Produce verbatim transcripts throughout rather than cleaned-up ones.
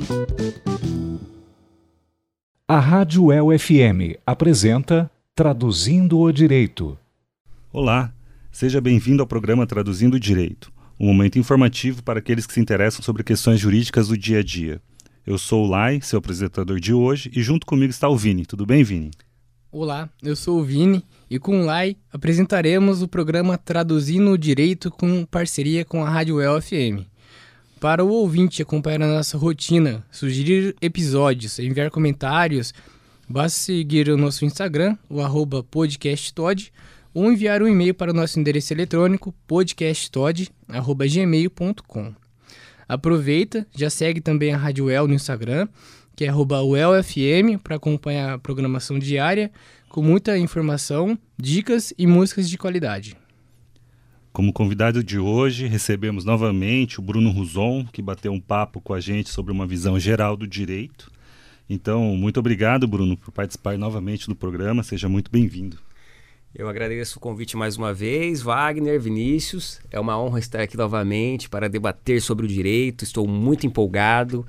A Rádio U E L F M apresenta Traduzindo o Direito. Olá, seja bem-vindo ao programa Traduzindo o Direito, um momento informativo para aqueles que se interessam sobre questões jurídicas do dia a dia. Eu sou o Lai, seu apresentador de hoje, e junto comigo está o Vini. Tudo bem, Vini? Olá, eu sou o Vini e com o Lai apresentaremos o programa Traduzindo o Direito com parceria com a Rádio U E L F M. Para o ouvinte acompanhar a nossa rotina, sugerir episódios, enviar comentários, basta seguir o nosso Instagram, o arroba podcasttod, ou enviar um e-mail para o nosso endereço eletrônico podcasttod arroba gmail ponto com. Aproveita, já segue também a Rádio U E L no Instagram, que é arroba U E L F M, para acompanhar a programação diária com muita informação, dicas e músicas de qualidade. Como convidado de hoje, recebemos novamente o Bruno Ruzon, que bateu um papo com a gente sobre uma visão geral do direito. Então, muito obrigado, Bruno, por participar novamente do programa. Seja muito bem-vindo. Eu agradeço o convite mais uma vez, Wagner, Vinícius. É uma honra estar aqui novamente para debater sobre o direito. Estou muito empolgado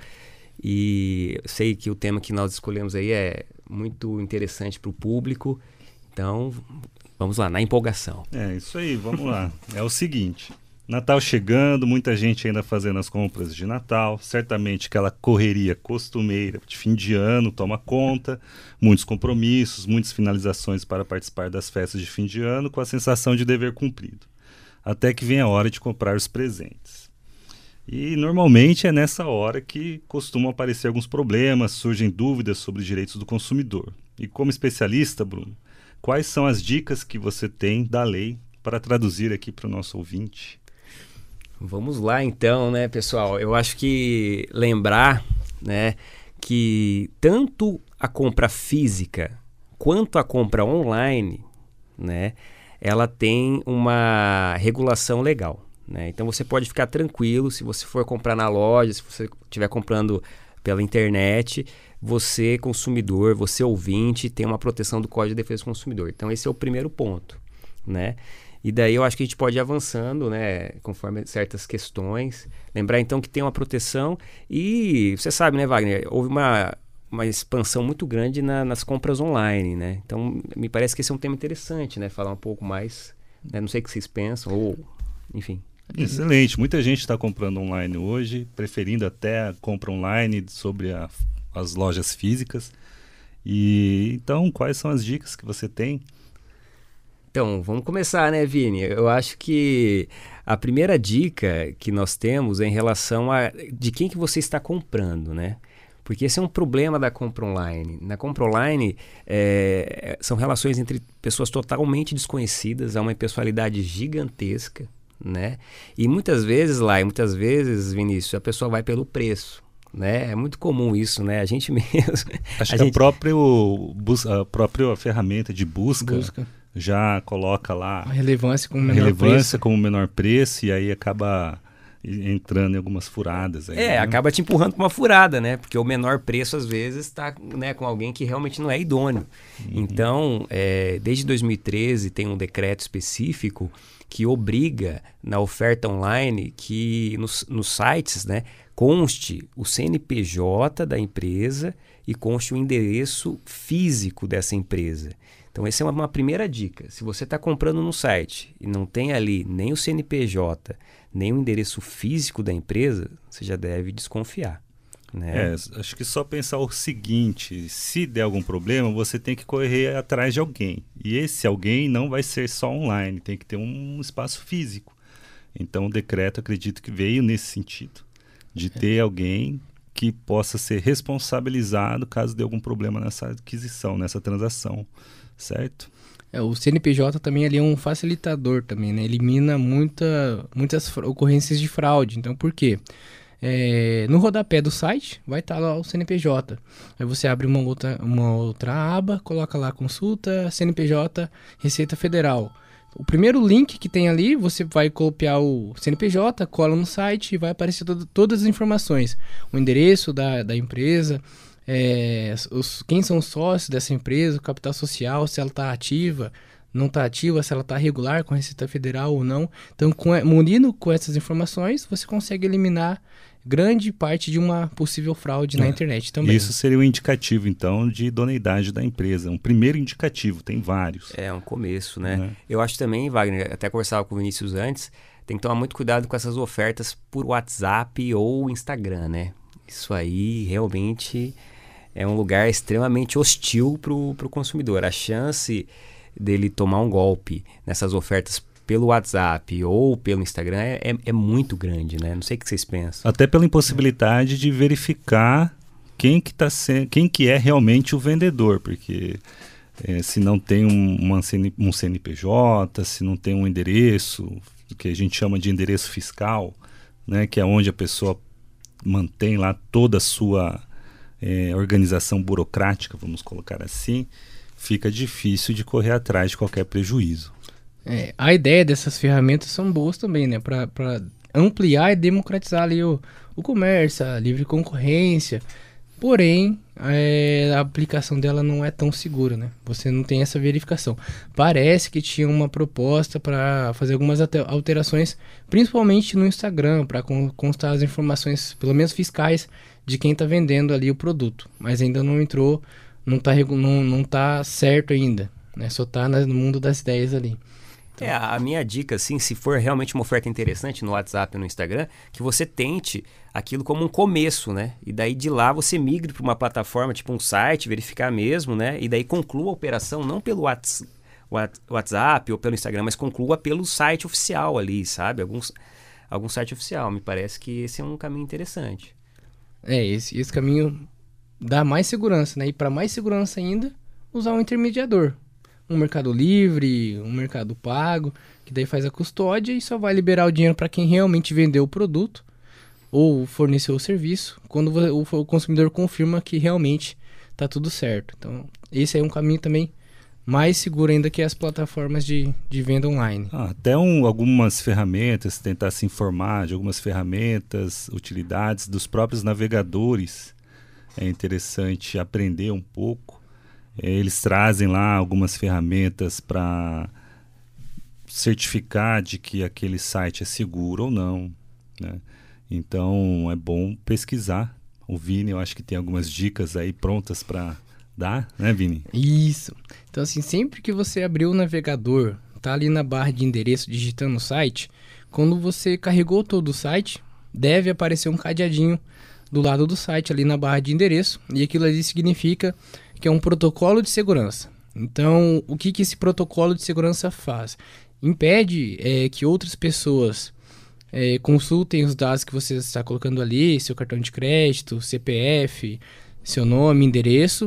e sei que o tema que nós escolhemos aí é muito interessante para o público. Então, vamos lá, na empolgação. É, isso aí, vamos lá. É o seguinte, Natal chegando, muita gente ainda fazendo as compras de Natal, certamente aquela correria costumeira de fim de ano toma conta, muitos compromissos, muitas finalizações para participar das festas de fim de ano com a sensação de dever cumprido, até que vem a hora de comprar os presentes. E normalmente é nessa hora que costumam aparecer alguns problemas, surgem dúvidas sobre os direitos do consumidor. E como especialista, Bruno, quais são as dicas que você tem da lei para traduzir aqui para o nosso ouvinte? Vamos lá então, né, pessoal? Eu acho que lembrar, né, que tanto a compra física quanto a compra online, né, ela tem uma regulação legal, né? Então você pode ficar tranquilo se você for comprar na loja, se você estiver comprando pela internet, você consumidor, você ouvinte, tem uma proteção do Código de Defesa do Consumidor. Então esse é o primeiro ponto, né? E daí eu acho que a gente pode ir avançando, né, conforme certas questões. Lembrar então que tem uma proteção e você sabe, né, Wagner, houve uma, uma expansão muito grande na, nas compras online, né? Então me parece que esse é um tema interessante, né, falar um pouco mais, né? Não sei o que vocês pensam, ou enfim. Excelente, muita gente está comprando online hoje, preferindo até a compra online sobre a, as lojas físicas. E então, quais são as dicas que você tem? Então, vamos começar, né, Vini? Eu acho que a primeira dica que nós temos é em relação a de quem que você está comprando, né? Porque esse é um problema da compra online. Na compra online, é, são relações entre pessoas totalmente desconhecidas, há uma impessoalidade gigantesca, né? E muitas vezes lá, e muitas vezes, Vinícius, a pessoa vai pelo preço, né? É muito comum isso, né? A gente mesmo... Acho a que gente... a, próprio, a própria ferramenta de busca, Busca. já coloca lá A relevância como menor relevância preço. como menor preço e aí acaba entrando em algumas furadas. Aí, É, né? acaba te empurrando para uma furada, né? Porque o menor preço, às vezes, está, né, com alguém que realmente não é idôneo. Uhum. Então, é, desde dois mil e treze, tem um decreto específico que obriga, na oferta online, que nos, nos sites, né, conste o C N P J da empresa e conste o endereço físico dessa empresa. Então, essa é uma, uma primeira dica. Se você está comprando no site e não tem ali nem o C N P J, nem o endereço físico da empresa, você já deve desconfiar, né? É, acho que só pensar o seguinte, se der algum problema, você tem que correr atrás de alguém. E esse alguém não vai ser só online, tem que ter um espaço físico. Então, o decreto, acredito que veio nesse sentido, de ter alguém que possa ser responsabilizado caso dê algum problema nessa aquisição, nessa transação. Certo? É, o C N P J também ali é um facilitador também, né? Elimina muita, muitas ocorrências de fraude. Então, por quê? É, no rodapé do site vai estar lá o C N P J. Aí você abre uma outra, uma outra aba, coloca lá consulta C N P J Receita Federal. O primeiro link que tem ali, você vai copiar o C N P J, cola no site e vai aparecer todo, todas as informações. O endereço da, da empresa, é, os, quem são os sócios dessa empresa, o capital social, se ela está ativa, não está ativa, se ela está regular com a Receita Federal ou não. Então, com, munido com essas informações, você consegue eliminar grande parte de uma possível fraude é. na internet também. Isso seria um indicativo, então, de idoneidade da empresa. Um primeiro indicativo, tem vários. É, um começo, né? É. Eu acho também, Wagner, até conversava com o Vinícius antes, tem que tomar muito cuidado com essas ofertas por WhatsApp ou Instagram, né? Isso aí realmente é um lugar extremamente hostil para o consumidor. A chance dele tomar um golpe nessas ofertas pelo WhatsApp ou pelo Instagram é, é, é muito grande, né? Não sei o que vocês pensam. Até pela impossibilidade de verificar quem que, tá se... quem que é realmente o vendedor, porque é, se não tem um, uma C N... um C N P J, se não tem um endereço, que a gente chama de endereço fiscal, né? Que é onde a pessoa mantém lá toda a sua é, organização burocrática, vamos colocar assim, fica difícil de correr atrás de qualquer prejuízo. É, a ideia dessas ferramentas são boas também, né? Para ampliar e democratizar ali o, o comércio, a livre concorrência. Porém, é, a aplicação dela não é tão segura, né? Você não tem essa verificação. Parece que tinha uma proposta para fazer algumas alterações, principalmente no Instagram, para constar as informações, pelo menos fiscais, de quem está vendendo ali o produto. Mas ainda não entrou, não está não, não tá certo ainda, né? Só está no mundo das ideias ali. Então... É, a minha dica, assim, se for realmente uma oferta interessante no WhatsApp ou no Instagram, que você tente aquilo como um começo, né? E daí de lá você migre para uma plataforma, tipo um site, verificar mesmo, né? E daí conclua a operação não pelo WhatsApp ou pelo Instagram, mas conclua pelo site oficial ali, sabe? Algum, algum site oficial. Me parece que esse é um caminho interessante. É, esse, esse caminho dá mais segurança, né? E para mais segurança ainda, usar um intermediador. Um Mercado Livre, um Mercado Pago, que daí faz a custódia e só vai liberar o dinheiro para quem realmente vendeu o produto ou forneceu o serviço, quando o consumidor confirma que realmente está tudo certo. Então, esse é um caminho também mais seguro ainda que as plataformas de, de venda online. Ah, até um, algumas ferramentas, tentar se informar de algumas ferramentas, utilidades dos próprios navegadores. É interessante aprender um pouco. Eles trazem lá algumas ferramentas para certificar de que aquele site é seguro ou não, né? Então é bom pesquisar. O Vini, eu acho que tem algumas dicas aí prontas para dar, né, Vini? Isso. Então, assim, sempre que você abrir o navegador, tá ali na barra de endereço digitando o site, quando você carregou todo o site, deve aparecer um cadeadinho do lado do site ali na barra de endereço, e aquilo ali significa que é um protocolo de segurança. Então, o que, que esse protocolo de segurança faz? Impede é, que outras pessoas é, consultem os dados que você está colocando ali, seu cartão de crédito, C P F, seu nome, endereço,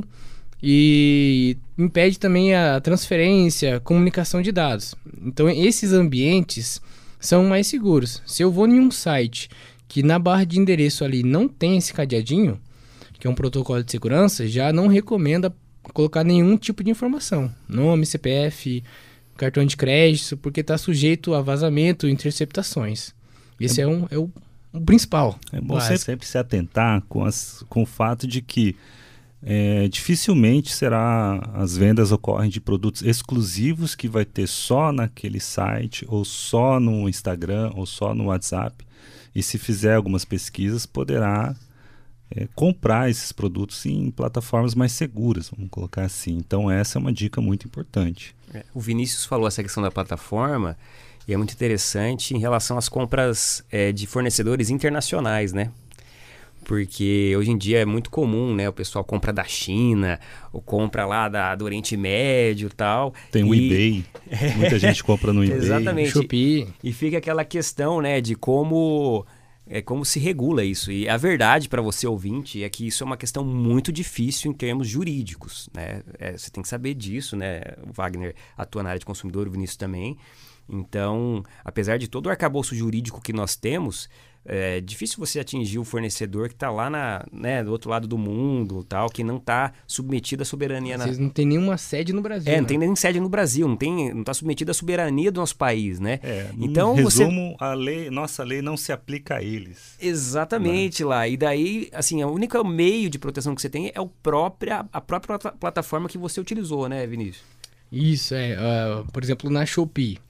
e impede também a transferência, comunicação de dados. Então, esses ambientes são mais seguros. Se eu vou em um site que na barra de endereço ali não tem esse cadeadinho, que é um protocolo de segurança, já não recomenda colocar nenhum tipo de informação. Nome, C P F, cartão de crédito, porque está sujeito a vazamento e interceptações. Esse é, é, um, é o, o principal. É bom você sempre se atentar com, as, com o fato de que é, dificilmente será as vendas ocorrem de produtos exclusivos que vai ter só naquele site, ou só no Instagram, ou só no WhatsApp. E se fizer algumas pesquisas, poderá É, comprar esses produtos em plataformas mais seguras, vamos colocar assim. Então essa é uma dica muito importante. É, o Vinícius falou essa questão da plataforma e é muito interessante em relação às compras é, de fornecedores internacionais, né? Porque hoje em dia é muito comum, né? O pessoal compra da China, ou compra lá da, do Oriente Médio e tal. Tem o e... eBay, muita gente compra no eBay. Exatamente. Shopee. E fica aquela questão, né, de como... É como se regula isso. E a verdade para você, ouvinte, é que isso é uma questão muito difícil em termos jurídicos, né? É, você tem que saber disso, né? O Wagner atua na área de consumidor, o Vinícius também. Então, apesar de todo o arcabouço jurídico que nós temos, é difícil você atingir o fornecedor que está lá na, né, do outro lado do mundo, tal, que não está submetido à soberania. Vocês na... não tem nenhuma sede no Brasil. É, né? não tem nem sede no Brasil, não tem, não está submetido à soberania do nosso país, né? É, então, em resumo, você... a lei, nossa lei não se aplica a eles. Exatamente, né? Lá. E daí, assim, o único meio de proteção que você tem é o própria, a própria plataforma que você utilizou, né, Vinícius? Isso, é. Uh, por exemplo, na Shopee.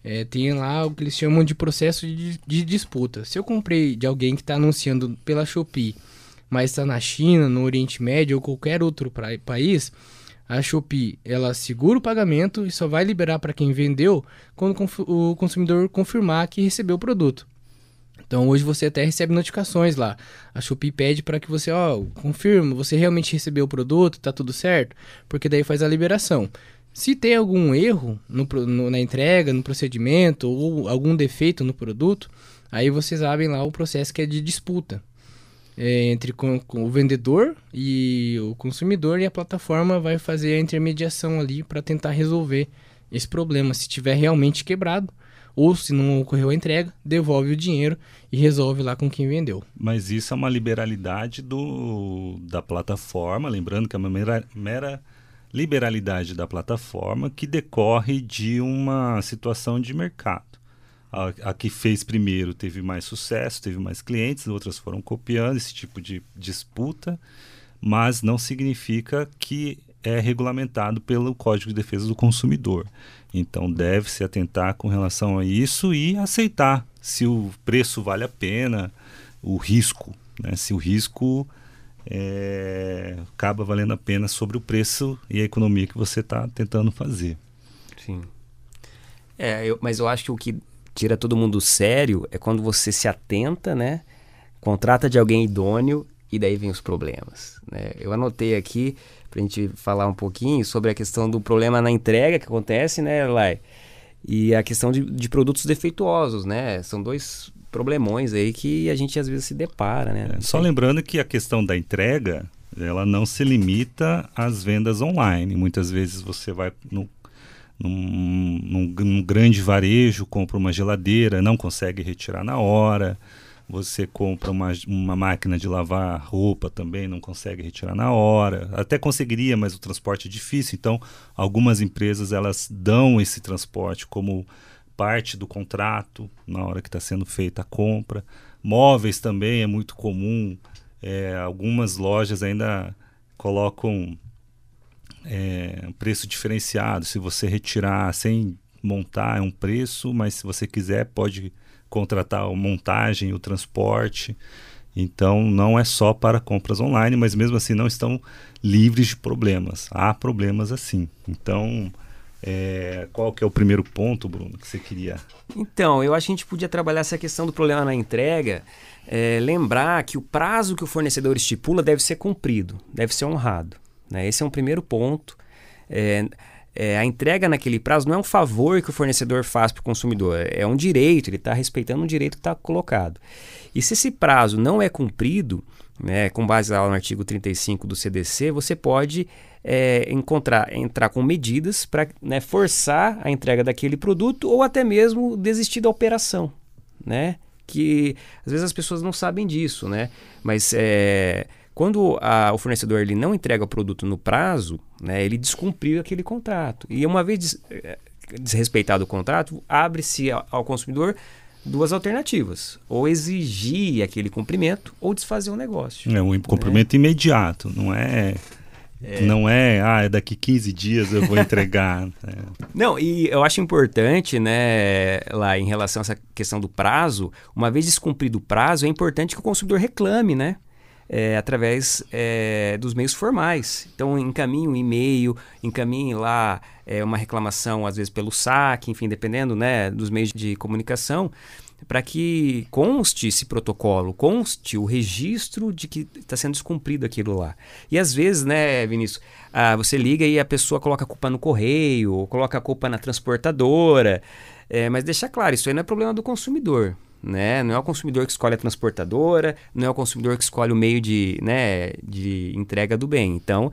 é, tem lá o que eles chamam de processo de, de disputa. Se eu comprei de alguém que está anunciando pela Shopee, mas está na China, no Oriente Médio ou qualquer outro pra, país, a Shopee ela segura o pagamento e só vai liberar para quem vendeu quando o consumidor confirmar que recebeu o produto. Então hoje você até recebe notificações lá. A Shopee pede para que você, ó, confirma, você realmente recebeu o produto, tá tudo certo? Porque daí faz a liberação. Se tem algum erro no, no, na entrega, no procedimento ou algum defeito no produto, aí vocês abrem lá o processo que é de disputa é, entre com, com o vendedor e o consumidor, e a plataforma vai fazer a intermediação ali para tentar resolver esse problema. Se tiver realmente quebrado ou se não ocorreu a entrega, devolve o dinheiro e resolve lá com quem vendeu. Mas isso é uma liberalidade do, da plataforma, lembrando que é uma mera, mera liberalidade da plataforma que decorre de uma situação de mercado. A, a que fez primeiro teve mais sucesso, teve mais clientes, outras foram copiando esse tipo de disputa, mas não significa que é regulamentado pelo Código de Defesa do Consumidor. Então deve-se atentar com relação a isso e aceitar se o preço vale a pena, o risco, né? Se o risco É, acaba valendo a pena sobre o preço e a economia que você está tentando fazer. Sim. É, eu, mas eu acho que o que tira todo mundo sério é quando você se atenta, né? Contrata de alguém idôneo e daí vem os problemas, né? Eu anotei aqui para a gente falar um pouquinho sobre a questão do problema na entrega que acontece, né, Lai? E a questão de, de produtos defeituosos, né? São dois problemões aí que a gente às vezes se depara, né? É, só lembrando que a questão da entrega, ela não se limita às vendas online. Muitas vezes você vai no, num, num, num grande varejo, compra uma geladeira, não consegue retirar na hora. Você compra uma, uma máquina de lavar roupa também, não consegue retirar na hora. Até conseguiria, mas o transporte é difícil. Então, algumas empresas elas dão esse transporte como parte do contrato na hora que está sendo feita a compra. Móveis também é muito comum. É, algumas lojas ainda colocam é, preço diferenciado. Se você retirar sem montar é um preço, mas se você quiser pode contratar a montagem, o transporte. Então não é só para compras online, mas mesmo assim não estão livres de problemas. Há problemas assim. Então É, qual que é o primeiro ponto, Bruno, que você queria? Então, eu acho que a gente podia trabalhar essa questão do problema na entrega, é, lembrar que o prazo que o fornecedor estipula deve ser cumprido, deve ser honrado, né? Esse é um primeiro ponto. É, é, a entrega naquele prazo não é um favor que o fornecedor faz para o consumidor, é um direito, ele está respeitando um direito que está colocado. E se esse prazo não é cumprido, né, com base lá no artigo trinta e cinco do C D C, você pode é, encontrar, entrar com medidas para, né, forçar a entrega daquele produto ou até mesmo desistir da operação, né? Que às vezes as pessoas não sabem disso, né? Mas é, quando a, o fornecedor ele não entrega o produto no prazo, né, ele descumpriu aquele contrato. E uma vez des, desrespeitado o contrato, abre-se ao, ao consumidor duas alternativas: ou exigir aquele cumprimento ou desfazer o negócio. É um cumprimento, né, imediato, não é, é... não é, ah, é daqui quinze dias eu vou entregar. É. Não, e eu acho importante, né, lá em relação a essa questão do prazo, uma vez descumprido o prazo, é importante que o consumidor reclame, né? É, através é, dos meios formais. Então, encaminhe um e-mail, encaminhe lá é, uma reclamação, às vezes pelo saque, enfim, dependendo, né, dos meios de comunicação, para que conste esse protocolo, conste o registro de que está sendo descumprido aquilo lá. E às vezes, né, Vinícius, ah, você liga e a pessoa coloca a culpa no correio, ou coloca a culpa na transportadora, é, mas deixa claro, isso aí não é problema do consumidor. Né? Não é o consumidor que escolhe a transportadora, não é o consumidor que escolhe o meio de, né, de entrega do bem. Então,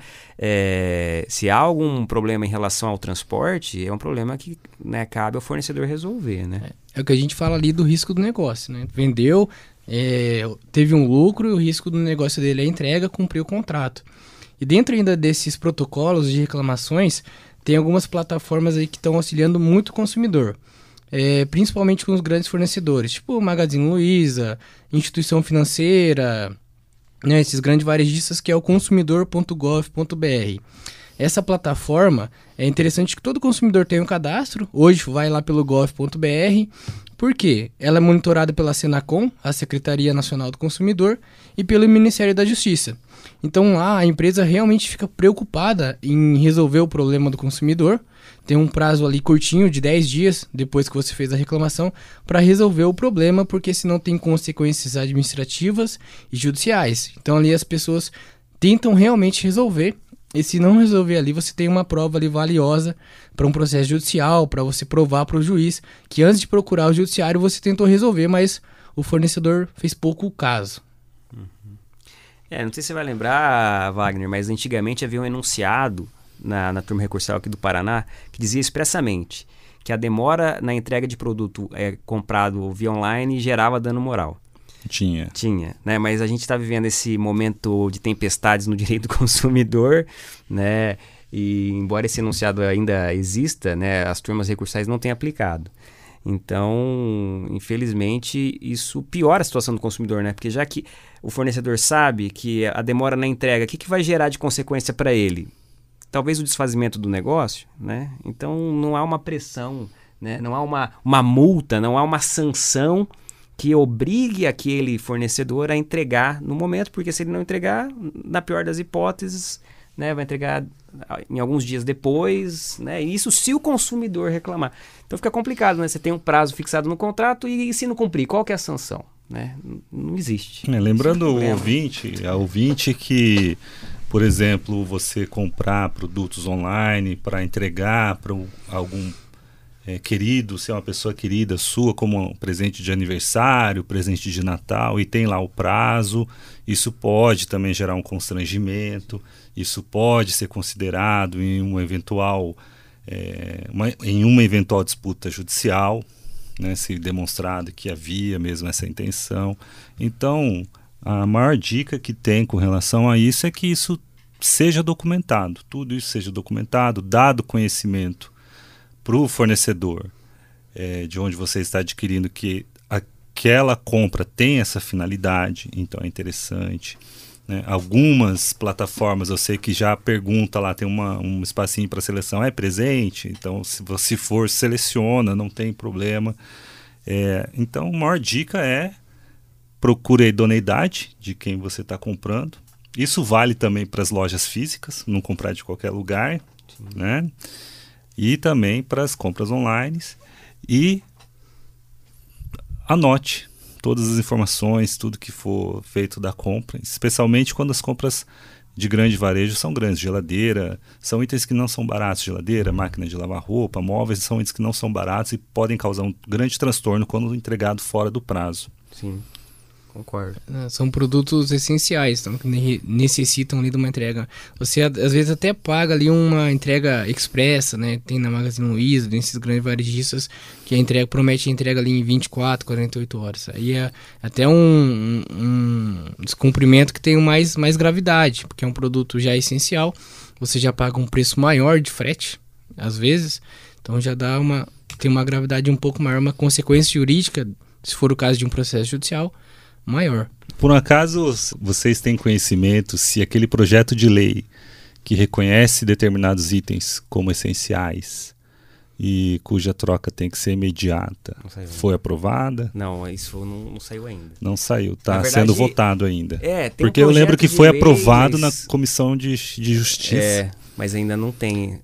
é, se há algum problema em relação ao transporte, é um problema que, né, cabe ao fornecedor resolver. Né? É, é o que a gente fala ali do risco do negócio. Né? Vendeu, é, teve um lucro e o risco do negócio dele é a entrega, cumpriu o contrato. E dentro ainda desses protocolos de reclamações, tem algumas plataformas aí que estão auxiliando muito o consumidor. É, principalmente com os grandes fornecedores, tipo Magazine Luiza, instituição financeira, né, esses grandes varejistas que é o consumidor ponto gov ponto br. essa plataforma é interessante que todo consumidor tenha um cadastro. Hoje vai lá pelo gov ponto br. Por quê? Ela é monitorada pela Senacom, a Secretaria Nacional do Consumidor, e pelo Ministério da Justiça. Então lá a empresa realmente fica preocupada em resolver o problema do consumidor. Tem um prazo ali curtinho de dez dias depois que você fez a reclamação para resolver o problema, porque senão tem consequências administrativas e judiciais. Então ali as pessoas tentam realmente resolver. E se não resolver ali, você tem uma prova ali valiosa para um processo judicial, para você provar para o juiz que antes de procurar o judiciário você tentou resolver, mas o fornecedor fez pouco caso. Uhum. É, não sei se você vai lembrar, Wagner, mas antigamente havia um enunciado na, na turma recursal aqui do Paraná que dizia expressamente que a demora na entrega de produto é, comprado via online gerava dano moral. Tinha. Tinha, né? Mas a gente está vivendo esse momento de tempestades no direito do consumidor, né? E embora esse enunciado ainda exista, né? As turmas recursais não têm aplicado. Então, infelizmente, isso piora a situação do consumidor, né? Porque já que o fornecedor sabe que a demora na entrega, o que, que vai gerar de consequência para ele? Talvez o desfazimento do negócio, né? Então, não há uma pressão, né? Não há uma, uma multa, não há uma sanção que obrigue aquele fornecedor a entregar no momento, porque se ele não entregar, na pior das hipóteses, né, vai entregar em alguns dias depois, né, e isso se o consumidor reclamar. Então fica complicado, né? Você tem um prazo fixado no contrato e, e se não cumprir, qual que é a sanção? Né? Não existe. É, lembrando é um o ouvinte, a ouvinte que, por exemplo, você comprar produtos online para entregar para algum É, querido, se é uma pessoa querida sua, como um presente de aniversário, presente de Natal, e tem lá o prazo, isso pode também gerar um constrangimento, isso pode ser considerado em um eventual, é, uma, em uma eventual disputa judicial, né, se demonstrado que havia mesmo essa intenção. Então, a maior dica que tem com relação a isso é que isso seja documentado, tudo isso seja documentado, dado conhecimento para o fornecedor é, de onde você está adquirindo que aquela compra tem essa finalidade, então é interessante, né? Algumas plataformas eu sei que já pergunta lá, tem uma, um espacinho para seleção, é presente? Então se você for, seleciona, não tem problema. É, então a maior dica é procure a idoneidade de quem você está comprando. Isso vale também para as lojas físicas, não comprar de qualquer lugar, né? E também para as compras online. E anote todas as informações, tudo que for feito da compra, especialmente quando as compras de grande varejo são grandes. Geladeira, são itens que não são baratos. Geladeira, máquina de lavar roupa, móveis, são itens que não são baratos e podem causar um grande transtorno quando entregado fora do prazo. Sim. Concordo. São produtos essenciais, então, que necessitam ali de uma entrega. Você às vezes até paga ali uma entrega expressa, né? Tem na Magazine Luiza, nesses grandes varejistas, que a entrega promete a entrega ali em vinte e quatro, quarenta e oito horas. Aí é até um, um descumprimento que tem mais, mais gravidade, porque é um produto já essencial. Você já paga um preço maior de frete, às vezes, então já dá uma, tem uma gravidade um pouco maior, uma consequência jurídica, se for o caso de um processo judicial, maior. Por um acaso, vocês têm conhecimento se aquele projeto de lei que reconhece determinados itens como essenciais e cuja troca tem que ser imediata foi aprovada? Não, isso não, não saiu ainda. Não saiu, está sendo votado ainda. É, tem Porque um eu lembro que foi lei, aprovado mas... na Comissão de, de Justiça. É, mas ainda não tem,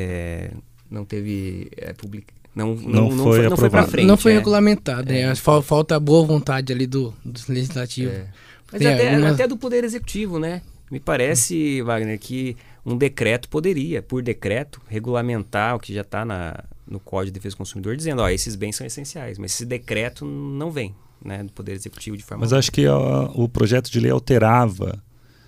é, não teve é, public... Não, não, não, não, foi, foi, não foi pra frente. Não foi é. regulamentado, é. né? Falta a boa vontade ali do, do legislativo. É. Mas Tem até, algumas... até do Poder Executivo, né? Me parece, Wagner, que um decreto poderia, por decreto, regulamentar o que já está no Código de Defesa do Consumidor, dizendo, ó, esses bens são essenciais, mas esse decreto não vem, né, do Poder Executivo de forma... Mas acho que ó, o projeto de lei alterava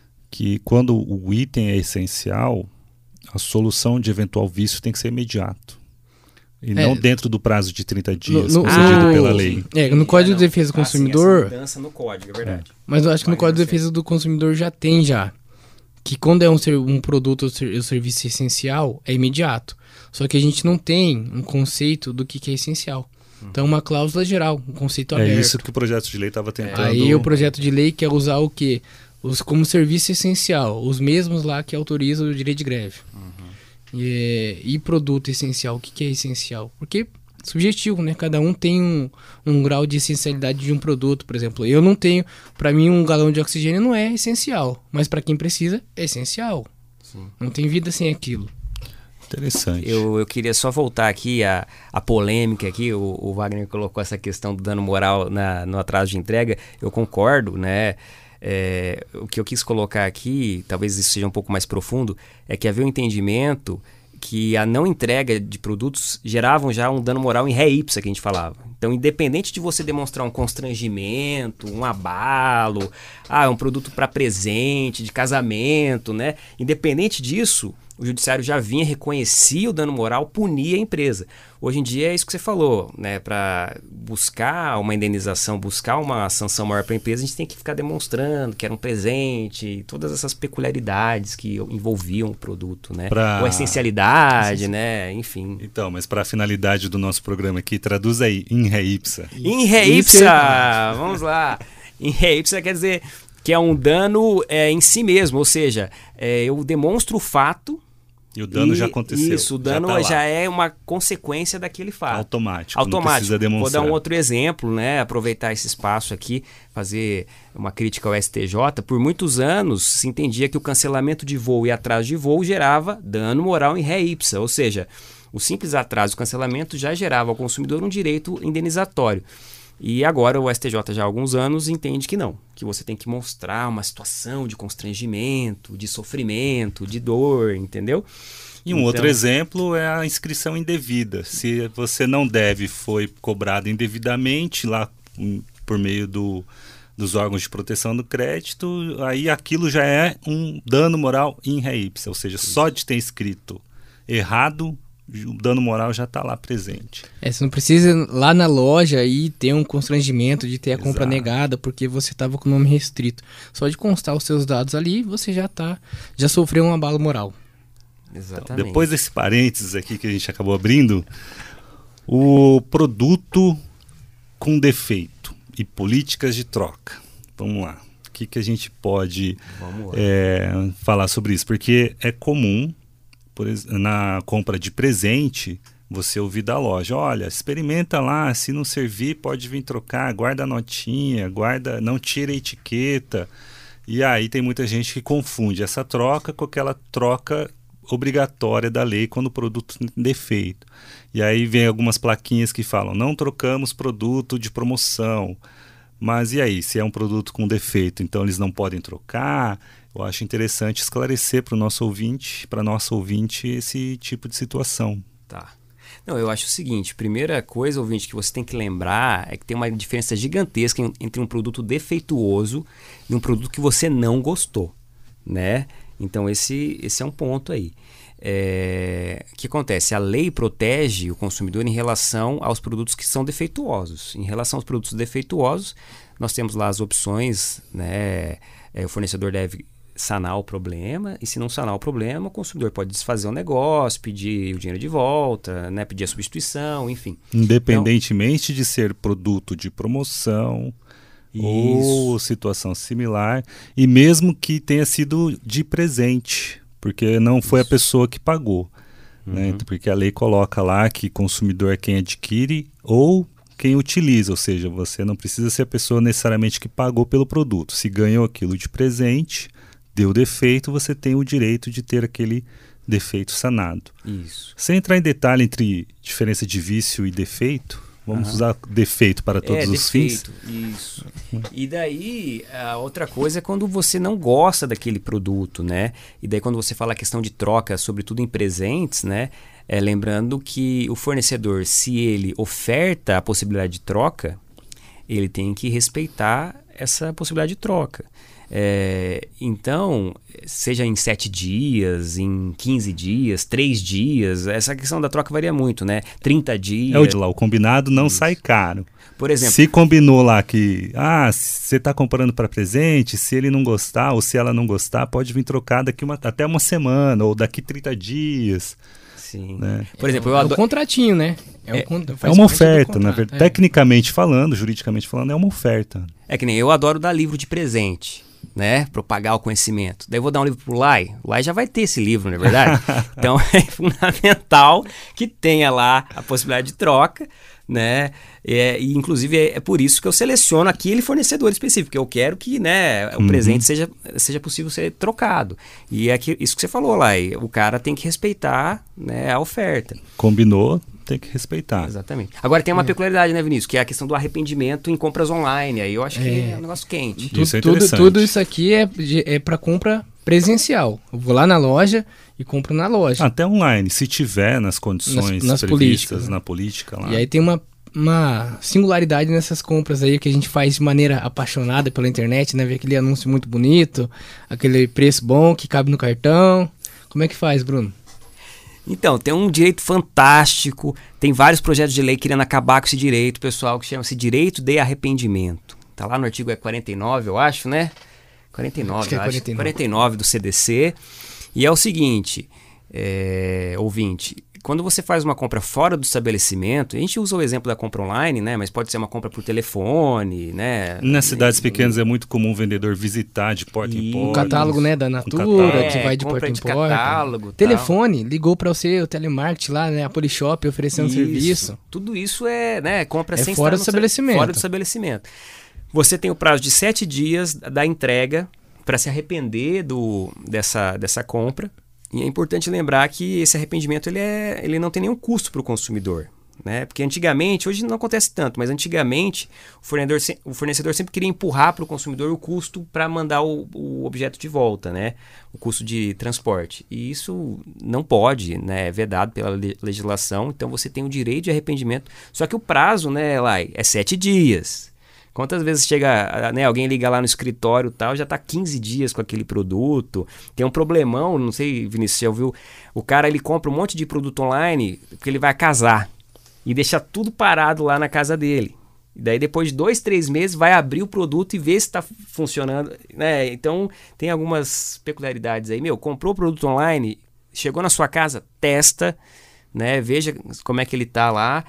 que quando o item é essencial, a solução de eventual vício tem que ser imediato. E é, não dentro do prazo de trinta dias, no, no, concedido ah, pela lei. É, no Código de Defesa do Consumidor... Ah, sim, essa mudança no Código, é verdade. É. Mas eu acho que no Código de Defesa do Consumidor já tem já. Que quando é um, um produto ou um serviço essencial, é imediato. Só que a gente não tem um conceito do que, que é essencial. Hum. Então, uma cláusula geral, um conceito é aberto. É isso que o projeto de lei estava tentando... Aí o projeto de lei quer usar o quê? os, como serviço essencial, os mesmos lá que autorizam o direito de greve. Uhum. E, e produto essencial, o que, que é essencial? Porque subjetivo, né? Cada um tem um, um grau de essencialidade de um produto, por exemplo. Eu não tenho, para mim um galão de oxigênio não é essencial, mas para quem precisa é essencial. Sim. Não tem vida sem aquilo. Interessante. Eu, eu queria só voltar aqui à, à polêmica aqui, o, o Wagner colocou essa questão do dano moral na, no atraso de entrega, eu concordo, né? É, o que eu quis colocar aqui, talvez isso seja um pouco mais profundo, é que havia um entendimento que a não entrega de produtos geravam já um dano moral em ré ipsa, que a gente falava. Então, independente de você demonstrar um constrangimento, um abalo, ah, um produto para presente, de casamento, né? Independente disso, o judiciário já vinha, reconhecia o dano moral, punia a empresa. Hoje em dia é isso que você falou, né? Para buscar uma indenização, buscar uma sanção maior para a empresa, a gente tem que ficar demonstrando que era um presente, todas essas peculiaridades que envolviam o produto, né? Pra... Ou a essencialidade, né? Enfim. Então, mas para a finalidade do nosso programa aqui, traduz aí, in ré ipsa. In ré ipsa! Vamos lá! In ré ipsa quer dizer que é um dano é, em si mesmo, ou seja, é, eu demonstro o fato. E o dano e, já aconteceu. Isso, o dano já, tá já é uma consequência daquele fato. Automático. Automático. Não precisa demonstrar. Vou dar um outro exemplo, né? Aproveitar esse espaço aqui, fazer uma crítica ao S T J. Por muitos anos se entendia que o cancelamento de voo e atraso de voo gerava dano moral em ré ipsa, ou seja, o simples atraso e cancelamento já gerava ao consumidor um direito indenizatório. E agora o S T J já há alguns anos entende que não, que você tem que mostrar uma situação de constrangimento, de sofrimento, de dor, entendeu? E um então... outro exemplo é a inscrição indevida. Se você não deve, foi cobrado indevidamente lá um, por meio do, dos órgãos de proteção do crédito, aí aquilo já é um dano moral in ré ipsa, ou seja, Isso. só de ter escrito errado, o dano moral já está lá presente. É, você não precisa ir lá na loja e ter um constrangimento de ter a Exato. compra negada porque você estava com o nome restrito. Só de constar os seus dados ali, você já tá, já sofreu um abalo moral. Exatamente. Então, depois desse parênteses aqui que a gente acabou abrindo, o produto com defeito e políticas de troca. Vamos lá. O que, que a gente pode é, falar sobre isso? Porque é comum Por, na compra de presente, você ouvir da loja, olha, experimenta lá, se não servir pode vir trocar, guarda a notinha, guarda, não tira a etiqueta. E aí tem muita gente que confunde essa troca com aquela troca obrigatória da lei quando o produto tem defeito. E aí vem algumas plaquinhas que falam, não trocamos produto de promoção. Mas e aí, se é um produto com defeito, então eles não podem trocar? Eu acho interessante esclarecer para o nosso ouvinte, para nosso ouvinte, esse tipo de situação. Tá. Não, eu acho o seguinte, primeira coisa, ouvinte, que você tem que lembrar é que tem uma diferença gigantesca entre um produto defeituoso e um produto que você não gostou, né? Então esse, esse é um ponto aí. É, o que acontece? A lei protege o consumidor em relação aos produtos que são defeituosos. Em relação aos produtos defeituosos, nós temos lá as opções, né? É, o fornecedor deve sanar o problema, e se não sanar o problema, o consumidor pode desfazer o negócio, pedir o dinheiro de volta, né? Pedir a substituição, enfim. Independentemente então, de ser produto de promoção isso. ou situação similar, e mesmo que tenha sido de presente, porque não foi Isso. a pessoa que pagou. Uhum. Né? Porque a lei coloca lá que consumidor é quem adquire ou quem utiliza, ou seja, você não precisa ser a pessoa necessariamente que pagou pelo produto. Se ganhou aquilo de presente, deu defeito, você tem o direito de ter aquele defeito sanado. Isso. Sem entrar em detalhe entre diferença de vício e defeito, vamos uhum. usar defeito para todos é, os defeito, fins. Isso. E daí, a outra coisa é quando você não gosta daquele produto, né? E daí quando você fala a questão de troca, sobretudo em presentes, né? É, lembrando que o fornecedor, se ele oferta a possibilidade de troca, ele tem que respeitar essa possibilidade de troca. É, então, seja em sete dias, em quinze dias, três dias, essa questão da troca varia muito, né? trinta dias. É o de lá, o combinado não Isso. sai caro. Por exemplo, se combinou lá que, ah, você está comprando para presente, se ele não gostar ou se ela não gostar, pode vir trocar daqui uma, até uma semana ou daqui trinta dias. Sim. Né? Por exemplo, eu adoro... é um contratinho, né? É, é, um, é uma oferta, na verdade. É. Tecnicamente falando, juridicamente falando, é uma oferta. É que nem eu adoro dar livro de presente. né? Propagar o conhecimento. Daí eu vou dar um livro pro Lai. O Lai já vai ter esse livro, não é verdade? Então é fundamental que tenha lá a possibilidade de troca, né? É, e inclusive é, é por isso que eu seleciono aquele fornecedor específico, porque eu quero que, né, o uhum. presente seja, seja possível ser trocado. E é que, isso que você falou, Lai, o cara tem que respeitar, né, a oferta. Combinou, tem que respeitar. Exatamente. Agora tem uma é. peculiaridade, né, Vinícius? Que é a questão do arrependimento em compras online. Aí eu acho que é, é um negócio quente. Tu, isso é tudo, interessante. tudo isso aqui é, é para compra presencial. Eu vou lá na loja e compro na loja. Até online, se tiver nas condições nas, nas previstas políticas, né? na política lá. E aí tem uma, uma singularidade nessas compras aí que a gente faz de maneira apaixonada pela internet, né? Ver aquele anúncio muito bonito, aquele preço bom que cabe no cartão. Como é que faz, Bruno? Então, tem um direito fantástico, tem vários projetos de lei querendo acabar com esse direito, pessoal, que chama-se direito de arrependimento. Tá lá no artigo quarenta e nove, eu acho, né? quarenta e nove, acho que é eu acho. quarenta e nove. quarenta e nove do C D C. E é o seguinte, é, ouvinte, quando você faz uma compra fora do estabelecimento, a gente usa o exemplo da compra online, né? Mas pode ser uma compra por telefone, né? Nas cidades pequenas é muito comum o vendedor visitar de porta E em porta. O catálogo, né, da Natura, catálogo. que vai de É, porta em compra de porta. catálogo, Telefone, ligou para você, o telemarketing lá, né, a Polishop oferecendo Isso. serviço. Tudo isso é, né, compra É sem fora estar do no estabelecimento. Fora do estabelecimento. Você tem o prazo de sete dias da entrega para se arrepender do, dessa, dessa compra. E é importante lembrar que esse arrependimento ele, é, ele não tem nenhum custo para o consumidor. Né? Porque antigamente, hoje não acontece tanto, mas antigamente o fornecedor, o fornecedor sempre queria empurrar para o consumidor o custo para mandar o, o objeto de volta, né? O custo de transporte. E isso não pode, né? É vedado pela legislação, então você tem o direito de arrependimento. Só que o prazo, né, Lai, é sete dias. Quantas vezes chega, né, alguém liga lá no escritório e tal, já está quinze dias com aquele produto, tem um problemão, não sei, Vinícius, você já ouviu? O cara ele compra um monte de produto online porque ele vai casar. E deixa tudo parado lá na casa dele. E daí depois de dois, três meses vai abrir o produto e ver se está funcionando. Né? Então tem algumas peculiaridades aí. Meu, comprou o produto online, chegou na sua casa, testa, né? Veja como é que ele está lá.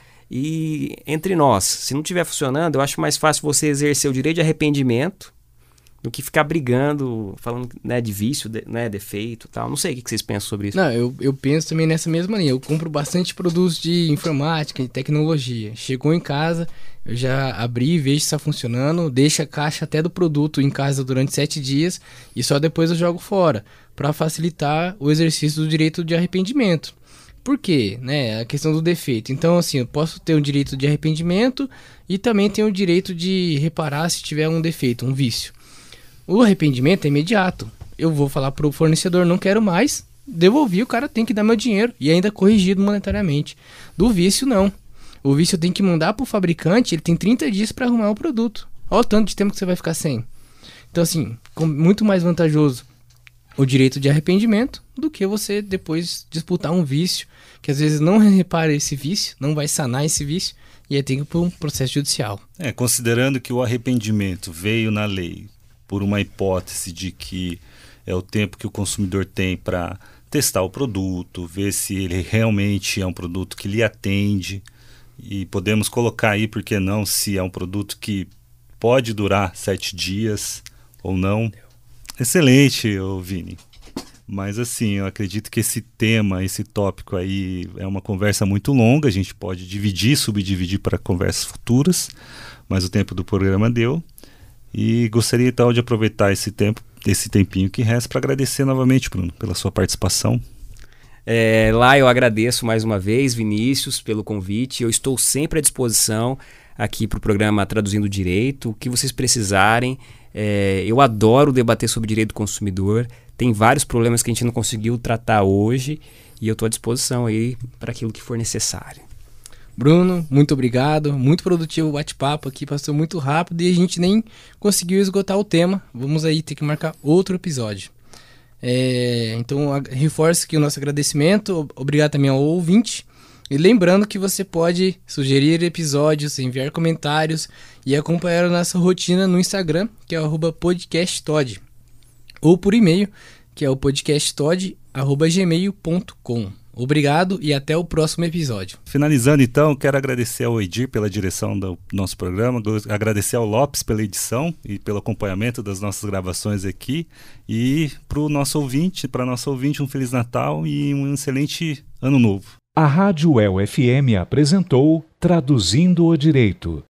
E entre nós, se não estiver funcionando, eu acho mais fácil você exercer o direito de arrependimento do que ficar brigando, falando, né, de vício, de, né, defeito e tal. Não sei o que vocês pensam sobre isso. Não, eu, eu penso também nessa mesma linha. Eu compro bastante produtos de informática e tecnologia. Chegou em casa, eu já abri e vejo se está funcionando, deixo a caixa até do produto em casa durante sete dias e só depois eu jogo fora, para facilitar o exercício do direito de arrependimento. Por quê? Né? A questão do defeito. Então, assim, eu posso ter o direito de arrependimento e também tenho o direito de reparar se tiver um defeito, um vício. O arrependimento é imediato. Eu vou falar para o fornecedor, não quero mais, devolvi, o cara tem que dar meu dinheiro e ainda corrigido monetariamente. Do vício, não. O vício tem que mandar para o fabricante, ele tem trinta dias para arrumar o produto. Olha o tanto de tempo que você vai ficar sem. Então, assim, muito mais vantajoso o direito de arrependimento do que você depois disputar um vício, que às vezes não repara esse vício, não vai sanar esse vício, e aí tem que ir para um processo judicial. É, considerando que o arrependimento veio na lei por uma hipótese de que é o tempo que o consumidor tem para testar o produto, ver se ele realmente é um produto que lhe atende, e podemos colocar aí, por que não, se é um produto que pode durar sete dias ou não. Excelente, ô Vini. Mas assim, eu acredito que esse tema, esse tópico aí é uma conversa muito longa, a gente pode dividir, subdividir para conversas futuras, mas o tempo do programa deu. E gostaria então de aproveitar esse tempo, esse tempinho que resta, para agradecer novamente, Bruno, pela sua participação. É, lá eu agradeço mais uma vez, Vinícius, pelo convite. Eu estou sempre à disposição aqui para o programa Traduzindo Direito, o que vocês precisarem. É, eu adoro debater sobre direito do consumidor. Tem vários problemas que a gente não conseguiu tratar hoje e eu estou à disposição aí para aquilo que for necessário. Bruno, muito obrigado, muito produtivo o bate-papo aqui, passou muito rápido e a gente nem conseguiu esgotar o tema. Vamos aí ter que marcar outro episódio. É, então, a, reforço aqui o nosso agradecimento, obrigado também ao ouvinte. E lembrando que você pode sugerir episódios, enviar comentários e acompanhar a nossa rotina no Instagram, que é o arroba podcasttod, ou por e-mail, que é o podcasttod arroba gmail ponto com. Obrigado e até o próximo episódio. Finalizando então, quero agradecer ao Edir pela direção do nosso programa, agradecer ao Lopes pela edição e pelo acompanhamento das nossas gravações aqui, e para o nosso ouvinte, para nosso ouvinte, um Feliz Natal e um excelente Ano Novo. A Rádio U E L F M apresentou Traduzindo o Direito.